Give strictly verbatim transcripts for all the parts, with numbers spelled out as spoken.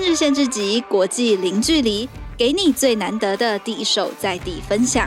日限制级，国际零距离，给你最难得的第一手在地分享。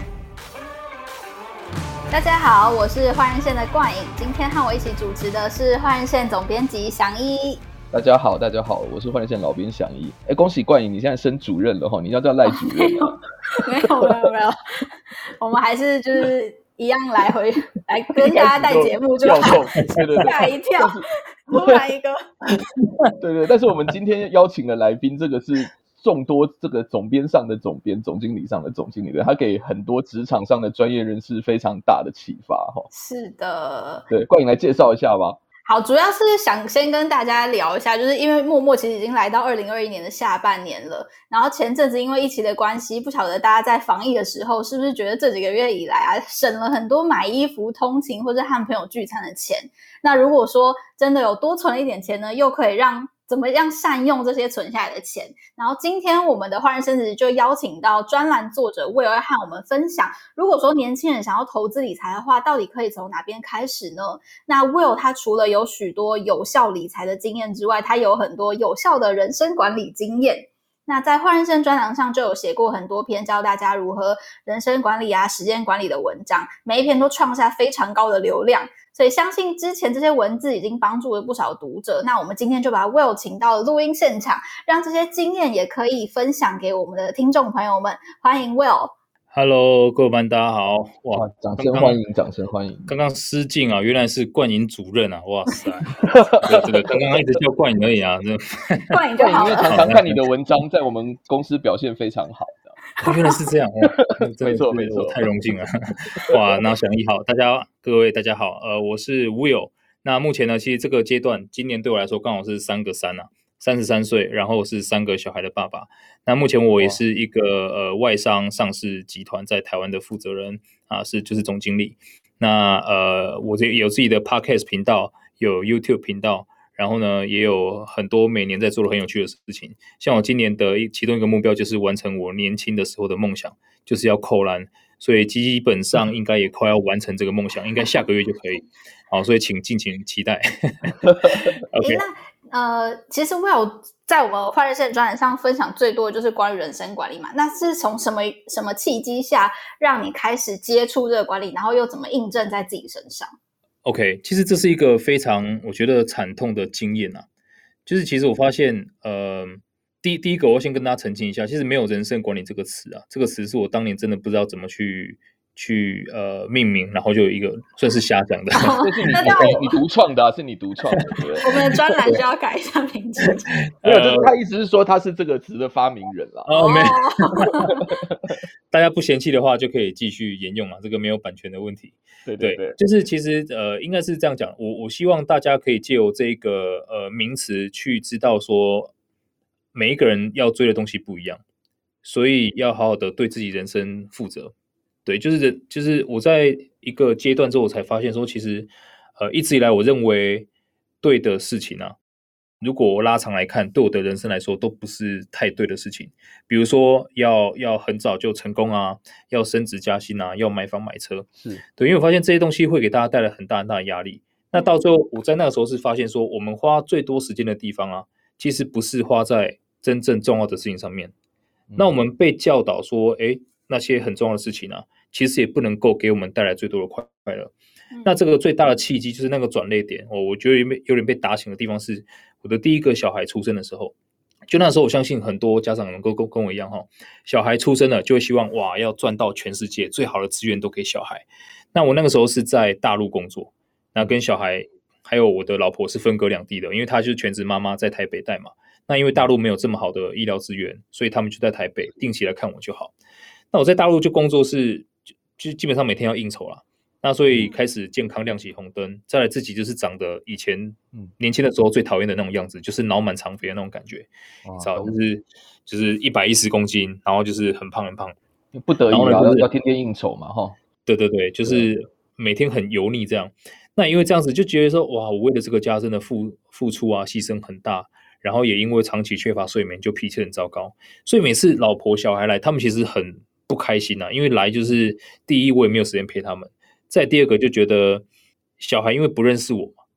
大家好，我是换人线的冠颖，今天和我一起主持的是换人线总编辑祥一。 大家好，大家好，我是换人线老编祥一。哎，恭喜冠颖，你现在升主任了哈，你要叫赖主任了。 没有没有没有，我们还是就是一样来回来跟大家带节目就好。 对对对， 吓一跳，突然一个。 对对，但是我们今天邀请的来宾，这个是众多这个总编上的总编、总经理上的总经理的，他给很多职场上的专业人士非常大的启发哈。 是的， 对，冠颖来介绍一下吧。 好，主要是想先跟大家聊一下，就是因为默默其实已经来到二零二一年的下半年了，然后前阵子因为疫情的关系，不晓得大家在防疫的时候是不是觉得这几个月以来啊，省了很多买衣服、通勤或者和朋友聚餐的钱。那如果说真的有多存了一点钱呢，又可以让怎么样善用这些存下来的钱。然后今天我们的换人升职就邀请到专栏作者 Will 和我们分享，如果说年轻人想要投资理财的话，到底可以从哪边开始呢？那 Will 他除了有许多有效理财的经验之外，他有很多有效的人生管理经验。那在换人生专栏上就有写过很多篇教大家如何人生管理啊、时间管理的文章，每一篇都创下非常高的流量，所以相信之前这些文字已经帮助了不少读者。那我们今天就把 Will 请到了录音现场，让这些经验也可以分享给我们的听众朋友们。欢迎 Will。Hello， 各位班大家好，哇， 掌声欢迎，掌声欢迎！ 刚刚失敬啊，原来是冠颖主任啊，哇塞，这个刚刚一直叫冠颖而已啊， 冠颖就好了。 因为常常看你的文章，在我们公司表现非常好的。 哦、原来是这样， 没错没错， 太荣幸了，哇！那祥一好，大家各位大家好，呃，我是 Will。那目前呢，其实这个阶段，今年对我来说刚好是三个三啊。三十三岁，然后是三个小孩的爸爸。那目前我也是一个呃外商上市集团在台湾的负责人啊，是就是总经理。那呃，我这有自己的 podcast 频道，有 YouTube 频道，然后呢也有很多每年在做的很有趣的事情。像我今年的其中一个目标就是完成我年轻的时候的梦想，就是要扣篮，所以基本上应该也快要完成这个梦想，应该下个月就可以。好，所以请敬请期待。OK。 呃，其实 Will 在我们换人线专栏上分享最多的就是关于人生管理嘛。那是从什么什么契机下让你开始接触这个管理，然后又怎么印证在自己身上 ？OK， 其实这是一个非常我觉得惨痛的经验啊。就是其实我发现，呃，第第一个我要先跟大家澄清一下，其实没有人生管理这个词啊，这个词是我当年真的不知道怎么去。去呃命名，然后就有一个算是瞎讲的， 这是你你独创的、啊，是你独创的。 我们的专栏就要改一下名字。 没有，就是他意思是说他是这个词的发明人啦。 哦，没有，大家不嫌弃的话就可以继续沿用嘛，这个没有版权的问题。 对对 对, 对，就是其实呃应该是这样讲，我我希望大家可以借由这个呃名词去知道说，每一个人要追的东西不一样，所以要好好的对自己人生负责。对，就是就是我在一个阶段之后，我才发现说，其实呃一直以来我认为对的事情啊，如果我拉长来看，对我的人生来说都不是太对的事情。比如说要要很早就成功啊，要升职加薪啊，要买房买车， 是对，因为我发现这些东西会给大家带来很大很大的压力。那到最后，我在那个时候是发现说，我们花最多时间的地方啊，其实不是花在真正重要的事情上面。嗯、那我们被教导说，哎。那些很重要的事情啊，其实也不能够给我们带来最多的快乐。嗯、那这个最大的契机就是那个转捩点，哦，我觉得有点被打醒的地方是我的第一个小孩出生的时候。就那时候，我相信很多家长能够跟跟我一样，哈，小孩出生了就会希望哇，要赚到全世界最好的资源都给小孩。那我那个时候是在大陆工作，那跟小孩还有我的老婆是分隔两地的，因为她就是全职妈妈在台北带嘛。那因为大陆没有这么好的医疗资源，所以他们就在台北定期来看我就好。那我在大陆就工作是就基本上每天要应酬啦，那所以开始健康亮起红灯，再来自己就是长得以前年轻的时候最讨厌的那种样子，就是脑满肠肥的那种感觉，知道就是就是一百一十公斤，然后就是很胖很胖， 不得已啊，就是、要天天应酬嘛，哈。 对对对，就是每天很油腻这样。那因为这样子就觉得说，哇，我为了这个家真的付付出啊，牺牲很大。然后也因为长期缺乏睡眠，就脾气很糟糕。所以每次老婆小孩来，他们其实很不开心啊，因为来就是第一，我也没有时间陪他们；再第二个就觉得小孩因为不认识我嘛，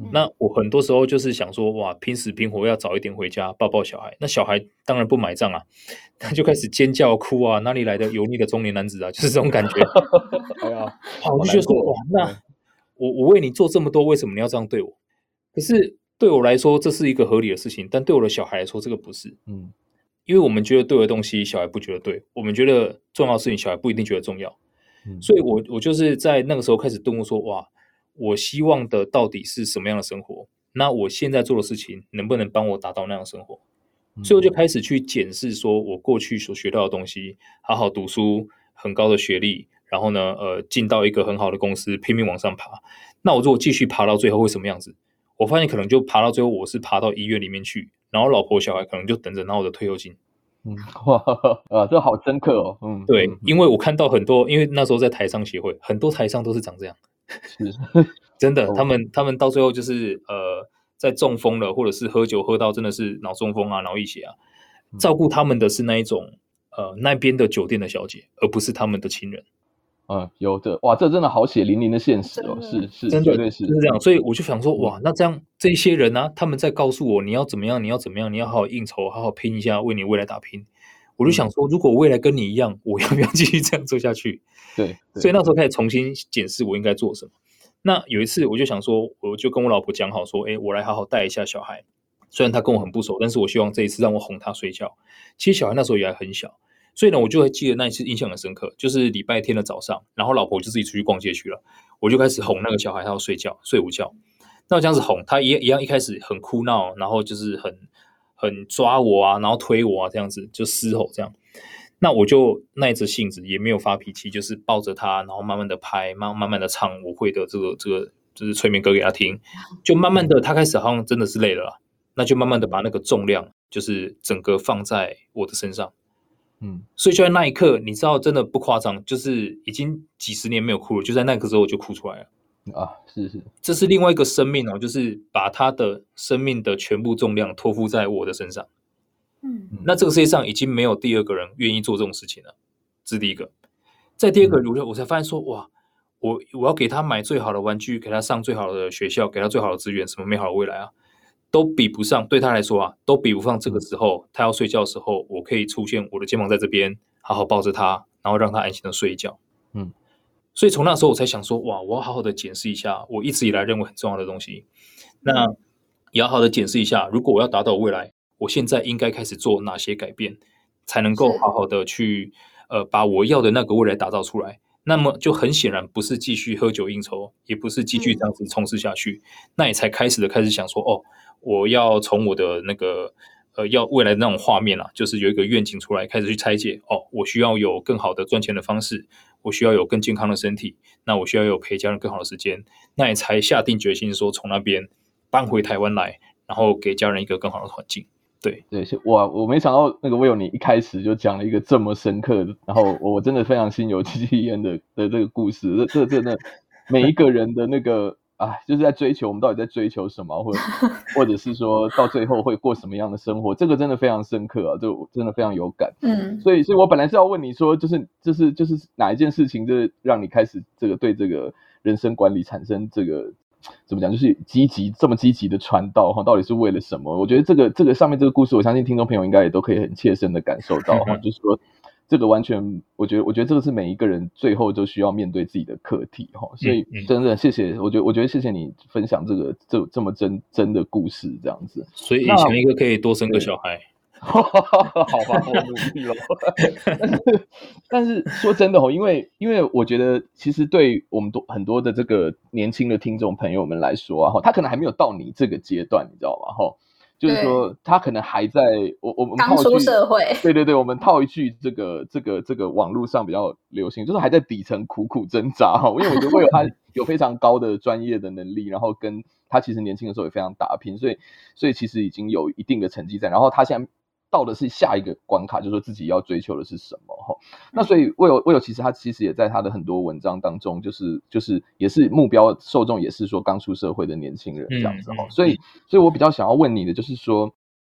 那我很多时候就是想说，哇，拼死拼活要早一点回家抱抱小孩。那小孩当然不买账啊，他就开始尖叫哭啊，哪里来的油腻的中年男子啊，就是这种感觉。 哎呀， 好，我就觉得说，哇，那我我为你做这么多，为什么你要这样对我？可是对我来说，这是一个合理的事情，但对我的小孩来说，这个不是。嗯，因为我们觉得对的东西，小孩不觉得对；我们觉得重要的事情，小孩不一定觉得重要。嗯，所以我我就是在那个时候开始顿悟说，哇，我希望的到底是什么样的生活？那我现在做的事情能不能帮我达到那样的生活？嗯，所以我就开始去检视，说我过去所学到的东西，好好读书，很高的学历，然后呢，呃，进到一个很好的公司，拼命往上爬。那我如果继续爬到最后会什么样子？我发现可能就爬到最后，我是爬到医院里面去，然后老婆小孩可能就等着拿我的退休金。 嗯，哇啊，这好深刻哦。嗯， 对，因为我看到很多，因为那时候在台商协会，很多台商都是长这样， 是真的，他们他们到最后就是呃，在中风了，或者是喝酒喝到真的是脑中风啊、脑溢血啊，照顾他们的是那一种呃那边的酒店的小姐，而不是他们的亲人。 嗯，有的，哇，这真的好血淋淋的现实哦，是是， 真的绝对是就是这样。所以我就想说，哇，那这样这些人呢、啊，他们在告诉我你要怎么样，你要怎么样，你要好好应酬，好好拼一下，为你未来打拼。我就想说，如果我未来跟你一样，我要不要继续这样做下去？ 对， 所以那时候开始重新检视我应该做什么。那有一次我就想说，我就跟我老婆讲好说，哎，我来好好带一下小孩。虽然他跟我很不熟，但是我希望这一次让我哄他睡觉。其实小孩那时候也还很小，所以呢，我就会记得那一次印象很深刻，就是礼拜天的早上，然后老婆就自己出去逛街去了，我就开始哄那个小孩，他要睡觉，睡午觉。那我这样子哄他，一一样一开始很哭闹，然后就是很很抓我啊，然后推我啊，这样子就嘶吼这样。那我就耐着性子，也没有发脾气，就是抱着他，然后慢慢的拍，慢慢慢的唱我会的这个这个就是催眠歌给他听，就慢慢的他开始好像真的是累了啦，那就慢慢的把那个重量就是整个放在我的身上。嗯，所以就在那一刻，你知道真的不夸张，就是已经几十年没有哭了，就在那个时候我就哭出来了。 啊，是是， 这是另外一个生命哦，就是把他的生命的全部重量托付在我的身上。嗯，那这个世界上已经没有第二个人愿意做这种事情了，这是第一个。再第二个，我我才发现说，哇，我我要给他买最好的玩具，给他上最好的学校，给他最好的资源，什么美好的未来啊，都比不上，对他来说啊，都比不上这个时候他要睡觉的时候，我可以出现我的肩膀在这边，好好抱着他，然后让他安心的睡一觉。嗯，所以从那时候我才想说，哇，我要好好的检视一下我一直以来认为很重要的东西，那也要好好的检视一下，如果我要达到未来，我现在应该开始做哪些改变，才能够好好的去呃把我要的那个未来打造出来。那么就很显然不是继续喝酒应酬，也不是继续这样子冲刺下去，嗯、那也才开始的开始想说，哦，我要从我的那个呃要未来的那种画面啊，就是有一个愿景出来，开始去拆解。哦，我需要有更好的赚钱的方式，我需要有更健康的身体，那我需要有陪家人更好的时间，那也才下定决心说从那边搬回台湾来，然后给家人一个更好的环境。对对，哇！我没想到那个 Will 你一开始就讲了一个这么深刻的，然后我真的非常心有戚戚焉的的这个故事。这这真的每一个人的那个啊，就是在追求我们到底在追求什么，或者或者是说到最后会过什么样的生活，这个真的非常深刻啊，这我真的非常有感。嗯，所以所以我本来是要问你说，就是就是就是哪一件事情，就是让你开始这个对这个人生管理产生这个。怎么讲？就是积极这么积极的传道哈，到底是为了什么？我觉得这个这个上面这个故事，我相信听众朋友应该也都可以很切身的感受到哈，就是说这个完全，我觉得我觉得这个是每一个人最后都需要面对自己的课题哈。所以真的谢谢，我觉得我觉得谢谢你分享这个这这么真真的故事这样子。 所以以前一个可以多生个小孩。 好吧，我努力了。但是，但是说真的哦，因为因为我觉得，其实对我们多很多的这个年轻的听众朋友们来说啊，他可能还没有到你这个阶段，你知道吗？哈，就是说他可能还在我我们刚出社会， 对对对，我们套一句这个这个这个网络上比较流行，就是还在底层苦苦挣扎哈。因为我觉得会有他有非常高的专业的能力，然后跟他其实年轻的时候也非常打拼，所以所以其实已经有一定的成绩在，然后他现在。到的是下一个关卡，就是说自己要追求的是什么哈。那所以我有我有，其实他其实也在他的很多文章当中，就是就是也是目标受众也是说刚出社会的年轻人这样子哈。所以所以我比较想要问你的就是说，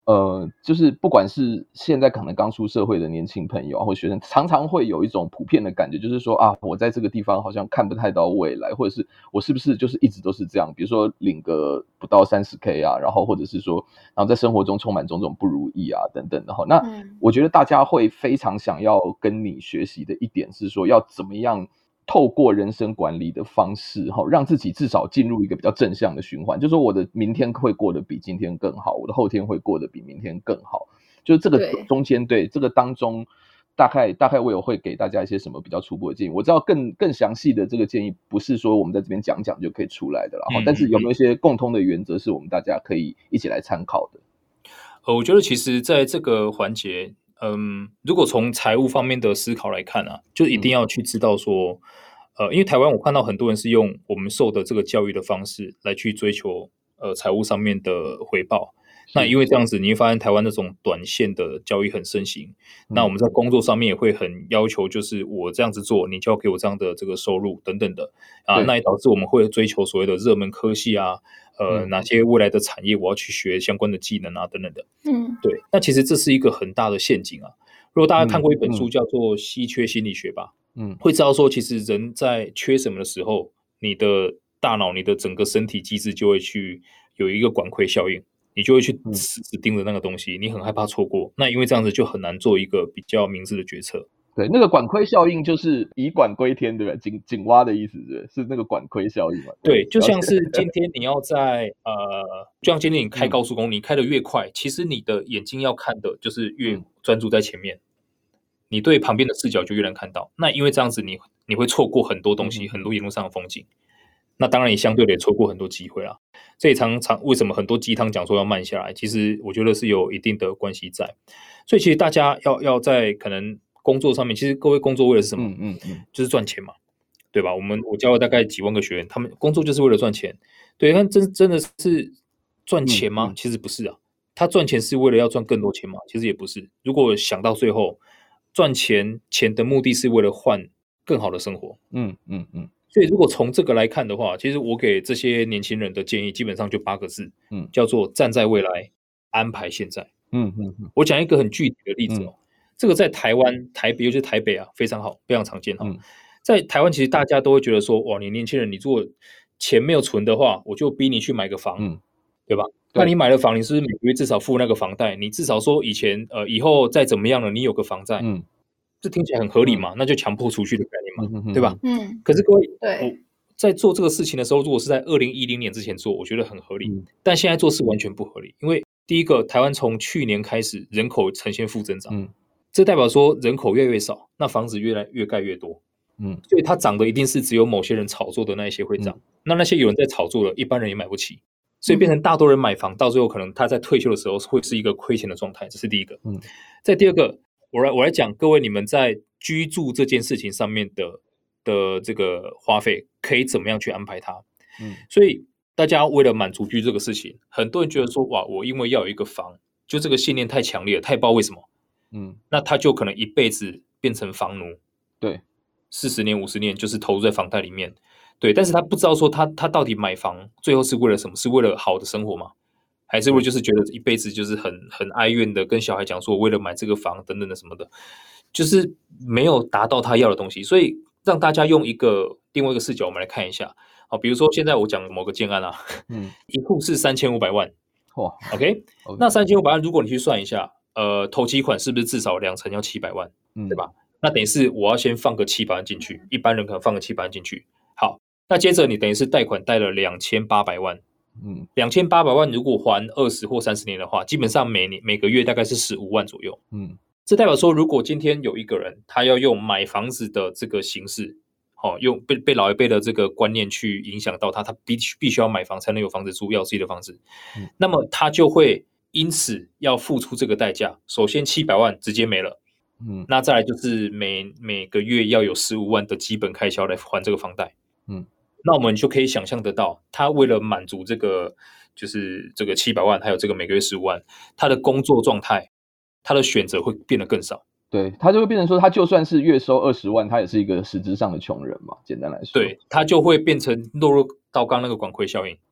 呃，就是不管是现在可能刚出社会的年轻朋友或学生，常常会有一种普遍的感觉，就是说啊，我在这个地方好像看不太到未来，或者是我是不是就是一直都是这样？比如说领个不到 三十K 啊，然后或者是说，然后在生活中充满种种不如意啊等等的哈。那我觉得大家会非常想要跟你学习的一点是说，要怎么样透过人生管理的方式，让自己至少进入一个比较正向的循环，就是说我的明天会过得比今天更好，我的后天会过得比明天更好，就是这个中间，对这个当中大概大概我有会给大家一些什么比较初步的建议。我知道更更详细的这个建议不是说我们在这边讲讲就可以出来的啦，嗯、但是有没有一些共通的原则是我们大家可以一起来参考的？ 呃，我觉得其实在这个环节，嗯，如果从财务方面的思考来看啊，就一定要去知道说，嗯、呃，因为台湾我看到很多人是用我们受的这个教育的方式来去追求呃财务上面的回报。那因为这样子，你会发现台湾那种短线的交易很盛行。嗯、那我们在工作上面也会很要求，就是我这样子做，你就要给我这样的这个收入等等的啊。那也导致我们会追求所谓的热门科系啊，呃，嗯、哪些未来的产业我要去学相关的技能啊等等的。嗯，对。那其实这是一个很大的陷阱啊。如果大家看过一本书叫做《稀缺心理学》吧，嗯，会知道说，其实人在缺什么的时候，你的大脑、你的整个身体机制就会去有一个管窥效应。你就会去死死盯着那个东西，嗯、你很害怕错过。那因为这样子就很难做一个比较明智的决策。 对，那个管窥效应就是以管窥天，对不对？井井蛙的意思是是那个管窥效应嘛？ 对，就像是今天你要在呃，就像今天你开高速公路，嗯、你开得越快，其实你的眼睛要看的就是越专注在前面，嗯、你对旁边的视角就越能看到。那因为这样子你，你你会错过很多东西，嗯、很多沿路上的风景。那当然也相对的也错过很多机会啦。这也常常为什么很多鸡汤讲说要慢下来，其实我觉得是有一定的关系在。所以其实大家要要在可能工作上面，其实各位工作为的是什么？嗯嗯嗯，就是赚钱嘛，对吧？我们我教了大概几万个学员，他们工作就是为了赚钱。对，但真真的是赚钱吗？嗯嗯、其实不是啊。他赚钱是为了要赚更多钱吗？其实也不是。如果想到最后，赚钱钱的目的是为了换更好的生活。嗯嗯嗯。所以如果从这个来看的话，其实我给这些年轻人的建议基本上就八个字，嗯，叫做站在未来，安排现在。嗯嗯嗯。我讲一个很具体的例子哦，嗯、这个在台湾、台北，尤其是台北啊，非常好，非常常见哈。嗯、在台湾，其实大家都会觉得说，哇，你年轻人，你如果钱没有存的话，我就逼你去买个房，嗯、对吧？那你买了房，你是不是每个月至少付那个房贷？你至少说以前呃以后再怎么样了，你有个房贷，嗯。这听起来很合理嘛？嗯、那就强迫储蓄的概念嘛，嗯、对吧？嗯。可是各位，我在做这个事情的时候，如果是在二零一零年之前做，我觉得很合理。嗯、但现在做是完全不合理，因为第一个，台湾从去年开始人口呈现负增长，嗯、这代表说人口越来越少，那房子越来越盖越多，嗯，所以它涨的一定是只有某些人炒作的那一些会涨，嗯、那那些有人在炒作的，一般人也买不起，所以变成大多人买房，到最后可能他在退休的时候会是一个亏钱的状态，这是第一个。嗯，再第二个。我来我来讲，各位你们在居住这件事情上面的的这个花费可以怎么样去安排它？嗯，所以大家为了满足居住这个事情，很多人觉得说，哇，我因为要有一个房，就这个信念太强烈了，他也不知道为什么，嗯，那他就可能一辈子变成房奴， 对， 四十年、五十年就是投入在房贷里面，对，但是他不知道说他他到底买房最后是为了什么？是为了好的生活吗？还是会就是觉得一辈子就是很很哀怨的跟小孩讲说，为了买这个房等等的什么的，就是没有达到他要的东西。所以让大家用一个另外一个视角，我们来看一下。好，比如说现在我讲某个建案啊，嗯，一户是三千五百万，哇 ，OK， 那三千五百万，如果你去算一下，呃，头期款是不是至少两成要七百万，嗯、对吧？那等于是我要先放个七百万进去，一般人可能放个七百万进去。好，那接着你等于是贷款贷了两千八百万。嗯，两千八百万如果还二十或三十年的话，基本上每年每个月大概是十五万左右。嗯，这代表说，如果今天有一个人他要用买房子的这个形式，哦，用被被老一辈的这个观念去影响到他，他必须必须要买房才能有房子住，要自己的房子。嗯，那么他就会因此要付出这个代价。首先七百万直接没了，嗯，那再来就是每每个月要有十五万的基本开销来还这个房贷。嗯。那我们就可以想象得到，他为了满足这个就是这个七百万，还有这个每个月十五万，他的工作状态，他的选择会变得更少。 对，他就会变成说，他就算是月收二十万，他也是一个实质上的穷人嘛。简单来说， 对，他就会变成落入到刚那个管窥效应。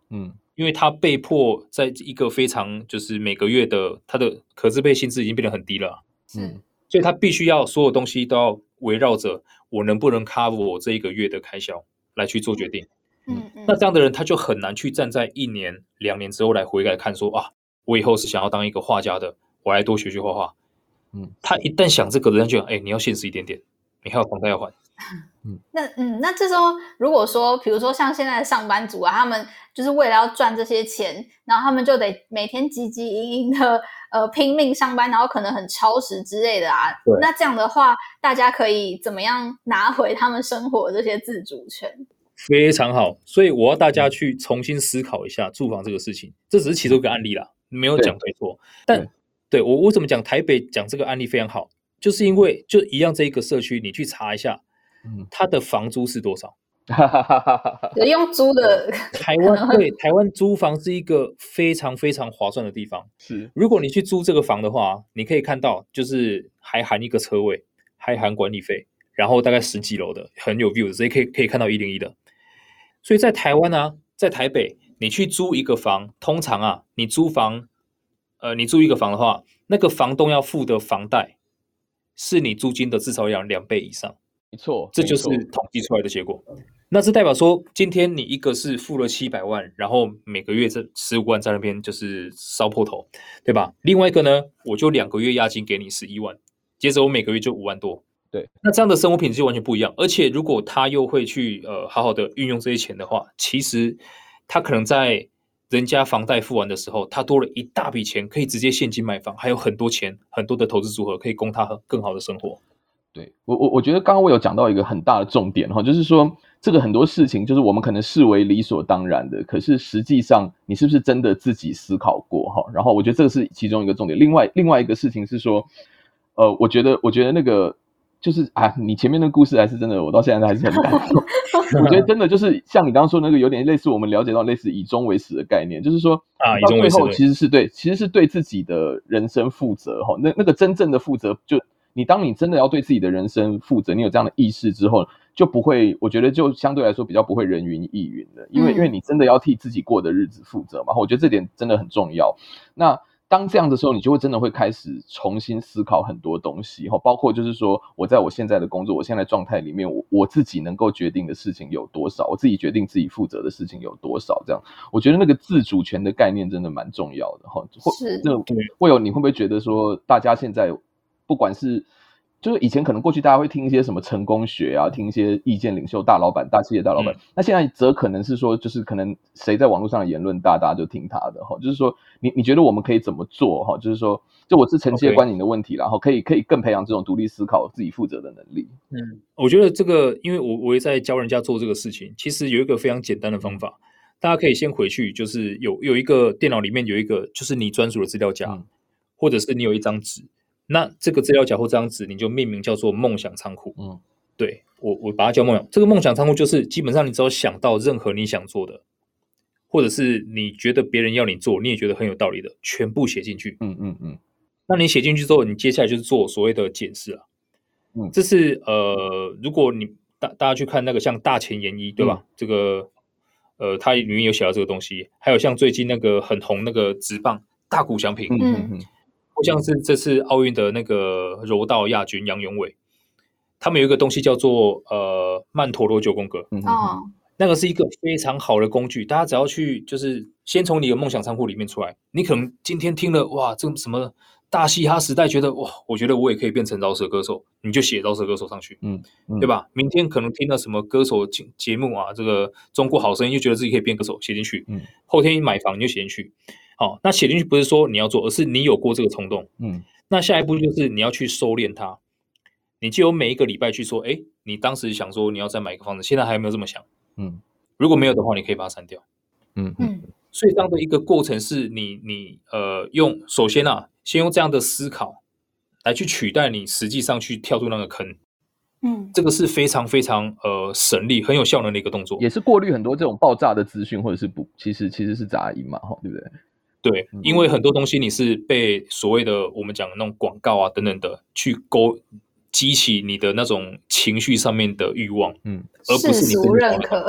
嗯，因为他被迫在一个非常就是每个月的他的可支配薪资已经变得很低了， 是， 所以他必须要所有东西都要围绕着我能不能 cover 我这一个月的开销来去做决定。 嗯嗯， 那这样的人他就很难去站在一年两年之后来回来看说啊，我以后是想要当一个画家的，我来多学学画画。嗯，他一旦想这个，人家就哎、欸，你要现实一点点，你还有房贷要还。 嗯，那嗯，那这时候如果说，比如说像现在的上班族啊，他们就是为了要赚这些钱，然后他们就得每天汲汲营营的呃拼命上班，然后可能很超时之类的啊。那这样的话，大家可以怎么样拿回他们生活的这些自主权？ 非常好，所以我要大家去重新思考一下住房这个事情，这只是其中一个案例啦，没有讲对错。但对我为什么讲台北讲这个案例非常好，就是因为就一样这一个社区，你去查一下，嗯，它的房租是多少？ 用租的， 台湾对台湾租房是一个非常非常划算的地方。 是， 如果你去租这个房的话，你可以看到，就是还含一个车位，还含管理费，然后大概十几楼的，很有 view 的，所以可以可以看到一零一的。所以在台湾啊，在台北，你去租一个房，通常啊，你租房，呃，你租一个房的话，那个房东要付的房贷，是你租金的至少要两倍以上。 没错， 这就是统计出来的结果。那是代表说，今天你一个是付了七百万，然后每个月这十五万在那边就是烧破头，对吧？另外一个呢，我就两个月押金给你十一万，接着我每个月就五万多。 对， 那这样的生活品质就完全不一样。而且如果他又会去呃好好的运用这些钱的话，其实他可能在人家房贷付完的时候，他多了一大笔钱，可以直接现金买房，还有很多钱，很多的投资组合可以供他更好的生活。 对，我我我觉得刚刚我有讲到一个很大的重点哈，就是说这个很多事情就是我们可能视为理所当然的，可是实际上你是不是真的自己思考过哈？然后我觉得这个是其中一个重点。另外另外一个事情是说，呃，我觉得我觉得那个就是啊，你前面的故事还是真的，我到现在还是很感动。我觉得真的就是像你刚刚说那个，有点类似我们了解到类似以终为始的概念，就是说啊， 到最后其实是对，其实是对自己的人生负责哈。那那个真正的负责就。你当你真的要对自己的人生负责，你有这样的意识之后，就不会，我觉得就相对来说比较不会人云亦云的，因为、嗯、因为你真的要替自己过的日子负责嘛，我觉得这点真的很重要。那当这样的时候，你就会真的会开始重新思考很多东西，包括就是说我在我现在的工作，我现在的状态里面，我我自己能够决定的事情有多少，我自己决定自己负责的事情有多少，这样，我觉得那个自主权的概念真的蛮重要的哈。 是， 这会有你会不会觉得说，大家现在？不管是就是以前可能过去大家会听一些什么成功学啊，听一些意见领袖、大老板、大企业大老板，嗯、那现在则可能是说，就是可能谁在网络上的言论大，大家就听他的哈。就是说，你你觉得我们可以怎么做哈？就是说，就我是承接观影的问题啦，然后可以可以更培养这种独立思考、自己负责的能力。 嗯，我觉得这个，因为我我也在教人家做这个事情，其实有一个非常简单的方法，大家可以先回去，就是有有一个电脑里面有一个就是你专属的资料夹，嗯、或者是你有一张纸。那这个资料夹或这张纸，你就命名叫做梦想仓库。嗯，对我我把它叫梦想。这个梦想仓库就是基本上你只要想到任何你想做的，或者是你觉得别人要你做，你也觉得很有道理的，全部写进去。嗯嗯嗯。那你写进去之后，你接下来就是做所谓的检视啊。嗯，这是呃，如果你大大家去看那个像大前研一，对吧？嗯、这个呃，它里面有写到这个东西，还有像最近那个很红那个职棒大谷翔平。嗯嗯嗯。像是这次奥运的那个柔道亚军杨永伟，他们有一个东西叫做呃曼陀罗九宫格，嗯、哦，那个是一个非常好的工具。大家只要去，就是先从你的梦想仓库里面出来。你可能今天听了哇，这什么大嘻哈时代，觉得哇，我觉得我也可以变成饶舌歌手，你就写饶舌歌手上去，嗯，嗯对吧？明天可能听到什么歌手节目啊，这个中国好声音，就觉得自己可以变歌手，写进去。嗯，后天买房你就写进去。好，那写进去不是说你要做，而是你有过这个冲动。嗯，那下一步就是你要去收敛它，你就有每一个礼拜去说，哎，你当时想说你要再买个房子，现在还有没有这么想？嗯，如果没有的话，你可以把它删掉。嗯嗯，所以这样的一个过程是你你呃用首先啊，先用这样的思考来去取代你实际上去跳入那个坑。嗯，这个是非常非常呃省力、很有效能的一个动作， 也是过滤很多这种爆炸的资讯，或者是不，其实其实是杂音嘛，哈，对不对？ 对，因为很多东西你是被所谓的我们讲的那种广告啊等等的去勾激起你的那种情绪上面的欲望，嗯，而不是你真的认可。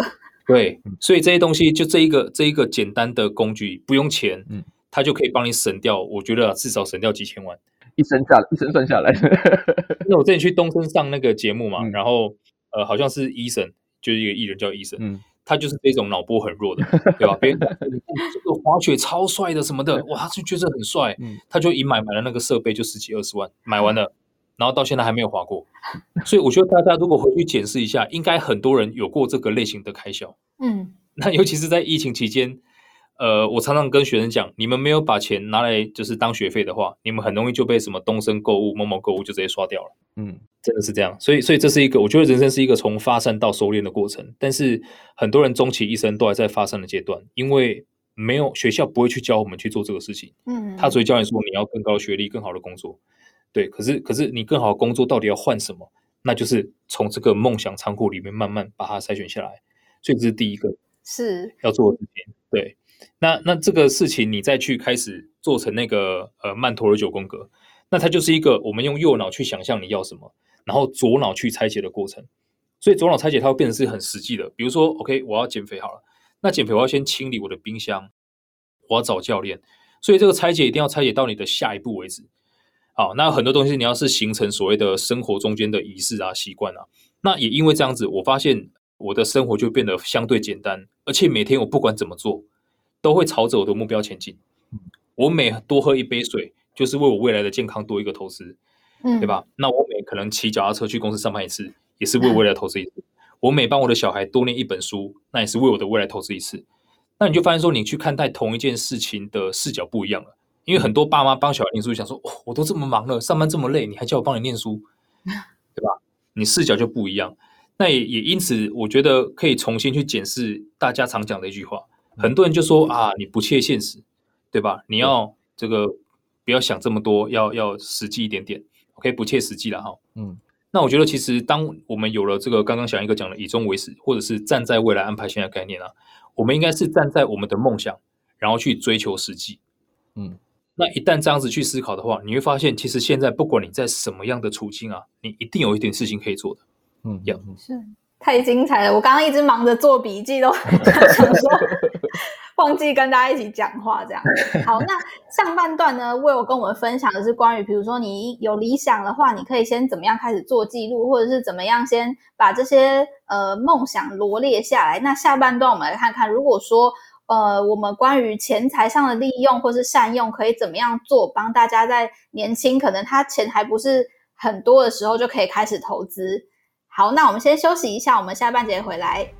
对，所以这些东西就这一个这一个简单的工具，不用钱，嗯，它就可以帮你省掉，我觉得至少省掉几千万， 一生下一生算下来。 因为我之前去东森上那个节目嘛，嗯、然后呃好像是医生，就是一个艺人叫医生，嗯，他就是这种脑波很弱的，对吧？别人这个滑雪超帅的什么的，哇，他就觉得很帅，嗯，他就一买买了那个设备就十几二十万，买完了。然后到现在还没有滑过，所以我觉得大家如果回去检视一下，应该很多人有过这个类型的开销。嗯，那尤其是在疫情期间，呃，我常常跟学生讲，你们没有把钱拿来就是当学费的话，你们很容易就被什么东森购物、某某购物就直接刷掉了。嗯，真的是这样。所以，所以这是一个，我觉得人生是一个从发散到收敛的过程。但是很多人终其一生都还在发散的阶段，因为没有学校不会去教我们去做这个事情。嗯，他只会教你说你要更高学历、更好的工作。对，可是可是你更好的工作到底要换什么？那就是从这个梦想仓库里面慢慢把它筛选下来。所以这是第一个是要做的事情。对，那那这个事情你再去开始做成那个呃曼陀罗九宫格，那它就是一个我们用右脑去想象你要什么，然后左脑去拆解的过程。所以左脑拆解它会变成是很实际的，比如说 OK 我要减肥好了，那减肥我要先清理我的冰箱，我要找教练，所以这个拆解一定要拆解到你的下一步为止。好，那很多东西你要是形成所谓的生活中间的仪式啊、习惯啊，那也因为这样子，我发现我的生活就变得相对简单，而且每天我不管怎么做，都会朝着我的目标前进。我每多喝一杯水，就是为我未来的健康多一个投资，嗯，对吧？那我每可能骑脚踏车去公司上班一次，也是为未来投资一次。我每帮我的小孩多念一本书，那也是为我的未来投资一次。那你就发现说，你去看待同一件事情的视角不一样了。因为很多爸妈帮小孩念书，想说、哦、我都这么忙了，上班这么累，你还叫我帮你念书，对吧？你视角就不一样。那 也, 也因此，我觉得可以重新去检视大家常讲的一句话。很多人就说啊，你不切现实，对吧？你要这个不要想这么多，要要实际一点点 ，OK， 不切实际了哈。嗯，那我觉得其实当我们有了这个刚刚小一个讲的以终为始，或者是站在未来安排现在概念啊，我们应该是站在我们的梦想，然后去追求实际。嗯。那一旦这样子去思考的话，你会发现，其实现在不管你在什么样的处境啊，你一定有一点事情可以做的。嗯， yeah. 是太精彩了！我刚刚一直忙着做笔记，都想说忘记跟大家一起讲话这样。好，那上半段呢，Will跟我们分享的是关于，比如说你有理想的话，你可以先怎么样开始做记录，或者是怎么样先把这些呃梦想罗列下来。那下半段我们来看看，如果说呃，我们关于钱财上的利用或是善用可以怎么样做，帮大家在年轻可能他钱还不是很多的时候就可以开始投资。好，那我们先休息一下，我们下半节回来。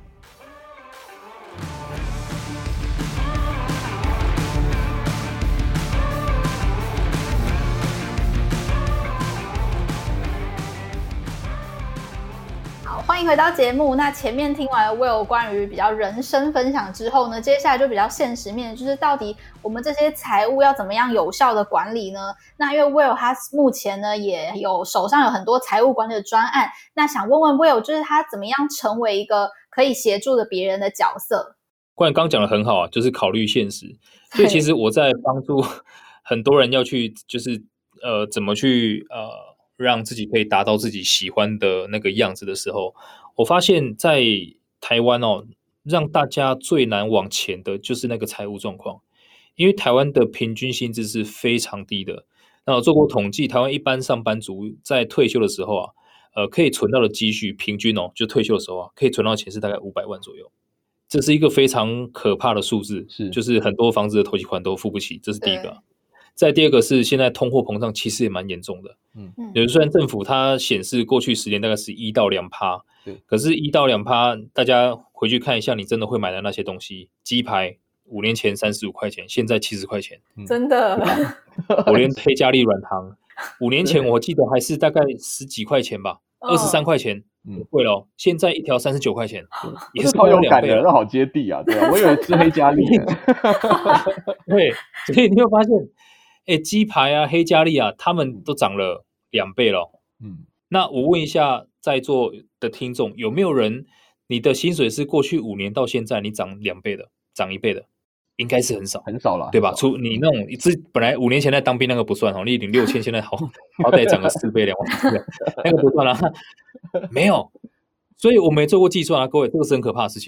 欢迎回到节目。那前面听完了 Will 关于比较人生分享之后呢，接下来就比较现实面，就是到底我们这些财务要怎么样有效的管理呢？那因为 Will 他目前呢也有手上有很多财务管理的专案，那想问问 Will， 就是他怎么样成为一个可以协助的别人的角色？ 关于刚刚讲的很好啊，就是考虑现实。所以其实我在帮助很多人要去，就是呃怎么去呃。让自己可以达到自己喜欢的那个样子的时候，我发现在台湾哦，让大家最难往前的就是那个财务状况，因为台湾的平均薪资是非常低的。那我做过统计，台湾一般上班族在退休的时候啊，呃，可以存到的积蓄平均哦，就退休的时候啊，可以存到钱是大概五百万左右，这是一个非常可怕的数字，是就是很多房子的头期款都付不起，这是第一个。再第二个是现在通货膨胀其实也蛮严重的，嗯，有虽然政府它显示过去十年大概是一到两趴，可是一到两趴，大家回去看一下，你真的会买的那些东西，鸡排五年前三十五块钱，现在七十块钱， 真的， 我连黑加力软糖，五年前我记得还是大概十几块钱吧，二十三块钱，嗯，贵了，现在一条三十九块钱， 也是超有感的，那好接地啊，对啊，我以为是黑加力， 对，所以你会发现。哎，鸡排啊，黑加力啊，他们都涨了两倍了。嗯，那我问一下在座的听众，有没有人你的薪水是过去五年到现在你涨两倍的，涨一倍的？应该是很少， 很少了， 对吧？除你那种一直本来五年前在当兵那个不算哦，你领六千，现在好好歹涨个四倍两万，那个不算啦。没有，所以我没做过计算啊，各位，这个是很可怕的事情。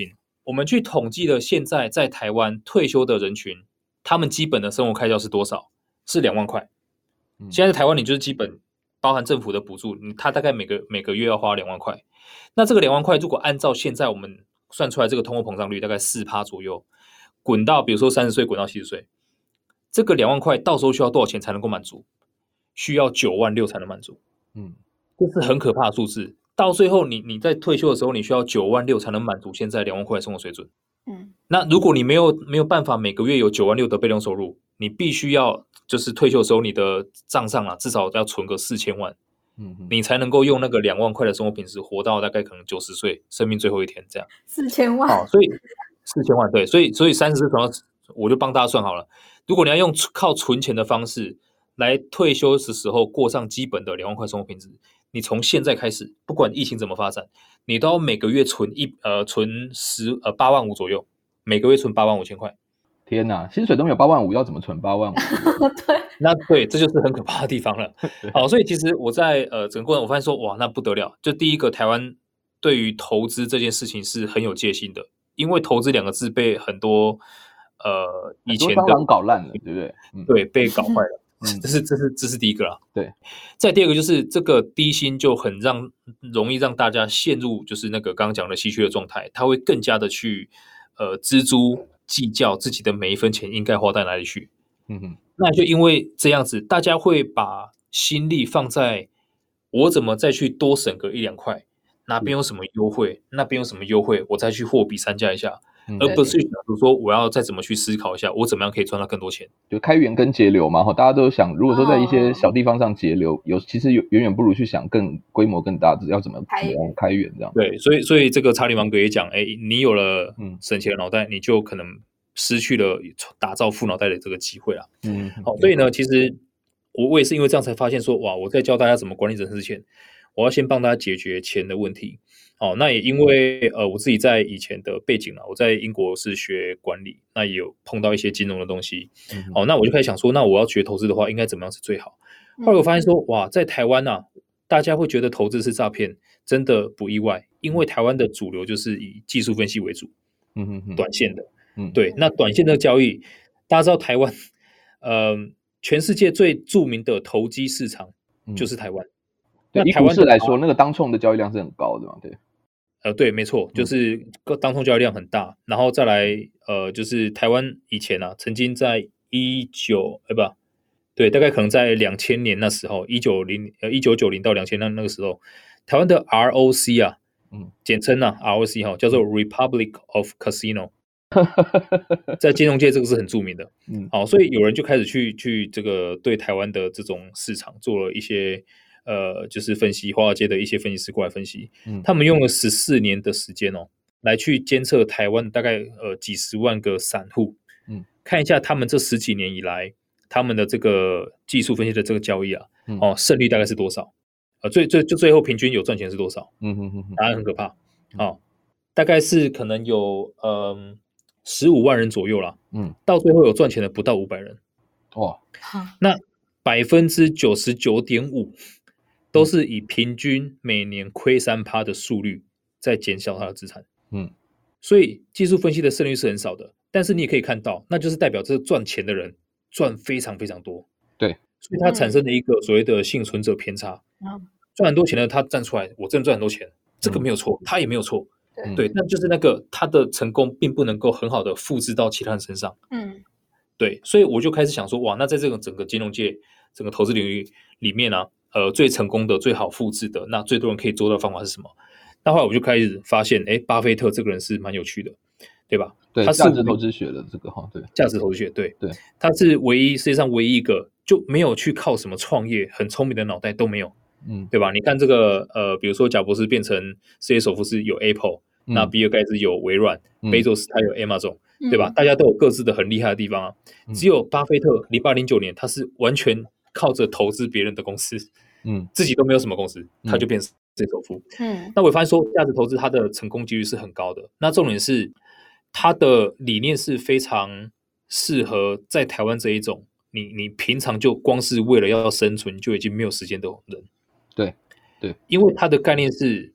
我们去统计了现在在台湾退休的人群，他们基本的生活开销是多少？是两万块。现在在台湾，你就是基本包含政府的补助，他大概每个每个月要花两万块。那这个两万块，如果按照现在我们算出来这个通货膨胀率大概 百分之四 左右，滚到比如说三十岁滚到七十岁，这个两万块到时候需要多少钱才能够满足？需要九万六才能满足。嗯，这是很可怕的数字。到最后你你在退休的时候，你需要九万六才能满足现在两万块的生活水准。嗯，那如果你没有没有办法每个月有九万六的被动收入，你必须要就是退休的时候你的账上啊至少要存个四千万，嗯，你才能够用那个两万块的生活品质活到大概可能九十岁，生命最后一天这样。 四千万， 好，所以四千万对，所以所以三十岁存到，我就帮大家算好了。如果你要用靠存钱的方式来退休的时候过上基本的两万块生活品质，你从现在开始，不管疫情怎么发展，你都要每个月存一呃存十呃八万五左右，每个月存八万五千块。 天哪，薪水都没有八万五，要怎么存八万五？ 对， 那对，这就是很可怕的地方了。好，所以其实我在呃整个过程，我发现说，哇，那不得了！就第一个，台湾对于投资这件事情是很有戒心的，因为投资两个字被很多呃以前的蟑螂搞烂了，对不对？ 嗯、对，被搞坏了。嗯，这是这是这是第一个啦。 对， 再第二个就是这个低薪就很让容易让大家陷入就是那个刚刚讲的稀缺的状态，他会更加的去呃锱铢计较自己的每一分钱应该花在哪里去。嗯哼，那就因为这样子，大家会把心力放在我怎么再去多省个一两块，哪边有什么优惠，那边有什么优惠，我再去货比三家一下。嗯、而不是想说我要再怎么去思考一下，我怎么样可以赚到更多钱？ 就开源跟节流嘛，大家都想，如果说在一些小地方上节流，哦、有其实有远远不如去想更规模更大的要怎么开源开源这样。 对，所以所以这个查理芒格也讲，哎，你有了省钱的脑袋，你就可能失去了打造富脑袋的这个机会啦。嗯，好，所以呢，其实我我也是因为这样才发现说，哇，我在教大家怎么管理人生之前，我要先帮大家解决钱的问题。哦，那也因为呃我自己在以前的背景啦，我在英国是学管理，那也有碰到一些金融的东西。嗯、哦，那我就开始想说，那我要学投资的话，应该怎么样是最好？后来我发现说，哇，在台湾啊，大家会觉得投资是诈骗，真的不意外，因为台湾的主流就是以技术分析为主，嗯哼哼，短线的，嗯，对，那短线的交易，大家知道台湾，呃，全世界最著名的投机市场就是台湾。 嗯对，以股市来说，那个当冲的交易量是很高的嘛，对。 呃，对，没错，就是当冲交易量很大，嗯、然后再来，呃，就是台湾以前啊，曾经在一九，哎不，对，大概可能在两千年那时候，一九零呃一九九零到两千那那个时候，台湾的 R O C 啊，嗯，简称啊 R O C 哈、哦，叫做 Republic of Casino，在金融界这个是很著名的，嗯，好，所以有人就开始去去这个对台湾的这种市场做了一些。呃，就是分析华尔街的一些分析师过来分析，嗯、他们用了十四年的时间哦，来去监测台湾大概呃几十万个散户，嗯，看一下他们这十几年以来他们的这个技术分析的这个交易啊，嗯、哦，胜率大概是多少？呃，最最就最后平均有赚钱是多少？嗯哼哼哼，答案很可怕，哦，大概是可能有呃十五万人左右啦，嗯，到最后有赚钱的不到五百人，哇，那百分之九十九点五。都是以平均每年亏三趴的速率在减小它的资产，嗯，所以技术分析的胜率是很少的，但是你也可以看到，那就是代表这赚钱的人赚非常非常多， 对， 所以它产生了一个所谓的幸存者偏差，嗯，赚很多钱的他站出来，我真的赚很多钱，这个没有错，嗯、他也没有错，对，对，那就是那个他的成功并不能够很好的复制到其他人身上，嗯，对，所以我就开始想说，哇，那在这个整个金融界、整个投资领域里面啊。呃，最成功的、最好复制的，那最多人可以做到的方法是什么？那后来我就开始发现，哎，巴菲特这个人是蛮有趣的，对吧？ 对，他是价值投资学的这个哈，对， 价值投资学，对对， 他是唯一世界上唯一一个就没有去靠什么创业，很聪明的脑袋都没有，嗯，对吧？你看这个，呃，比如说贾博士变成世界首富是有 Apple，、嗯、那比尔盖茨有微软，嗯、贝佐斯他有 Amazon，、嗯、对吧？大家都有各自的很厉害的地方啊，嗯、只有巴菲特零八零九年他是完全靠着投资别人的公司。嗯，自己都没有什么公司，他就变成世界首富。嗯，那我发现说价值投资它的成功几率是很高的。那重点是它的理念是非常适合在台湾这一种你你平常就光是为了要生存就已经没有时间的人。 对对， 因为它的概念是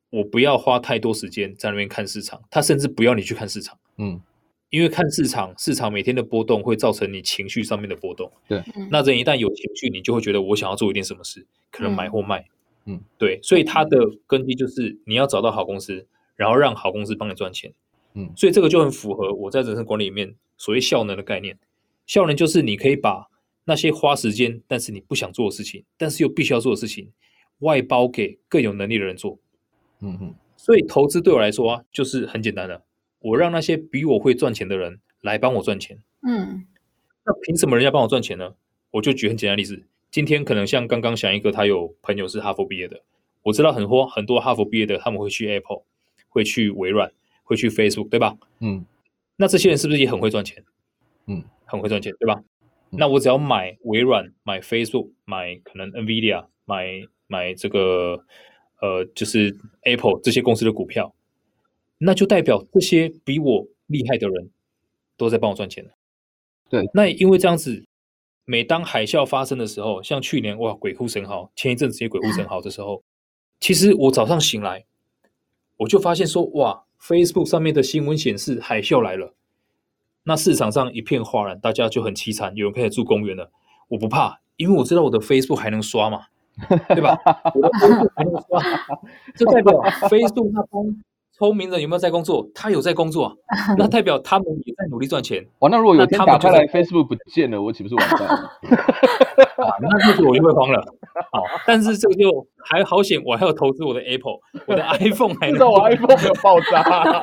我不要花太多时间在那边看市场，他甚至不要你去看市场， 嗯， 因为看市场，市场每天的波动会造成你情绪上面的波动。 对， 那人一旦有情绪，你就会觉得我想要做一点什么事，可能买或卖。 嗯， 对，所以它的根基就是你要找到好公司，然后让好公司帮你赚钱。 嗯， 所以这个就很符合我在人生管理里面所谓效能的概念。效能就是你可以把那些花时间但是你不想做的事情，但是又必须要做的事情，外包给更有能力的人做。 嗯哼， 所以投资对我来说啊，就是很简单的，我让那些比我会赚钱的人来帮我赚钱。 嗯， 那凭什么人家帮我赚钱呢？我就举很简单的例子，今天可能像刚刚想一个，他有朋友是哈佛毕业的，我知道很多很多哈佛毕业的，他们会去 Apple， 会去微软，会去 Facebook， 对吧？ 嗯， 那这些人是不是也很会赚钱？ 嗯， 很会赚钱，对吧？那我只要买微软、买 Facebook、买可能 Nvidia、买买这个呃，就是 Apple 这些公司的股票，那就代表这些比我厉害的人都在帮我赚钱了。 对， 那因为这样子，每当海啸发生的时候，像去年哇鬼哭神嚎，前一阵子也鬼哭神嚎的时候，其实我早上醒来，我就发现说哇 ，Facebook 上面的新闻显示海啸来了。那市场上一片哗然，大家就很凄惨，有人开始住公园了。我不怕，因为我知道我的 Facebook 还能刷嘛，对吧？我的 Facebook 还能刷，这代表 Facebook 那帮聪明人有没有在工作？他有在工作啊，那代表他们也在努力赚钱。 哇，那如果有天打开来 Facebook 不见了，我岂不是完蛋了？ 啊，那这个我就会慌了。好，但是这个就还好险，我还有投资我的 Apple， 我的 iPhone 还能至少我 iPhone 没有爆炸。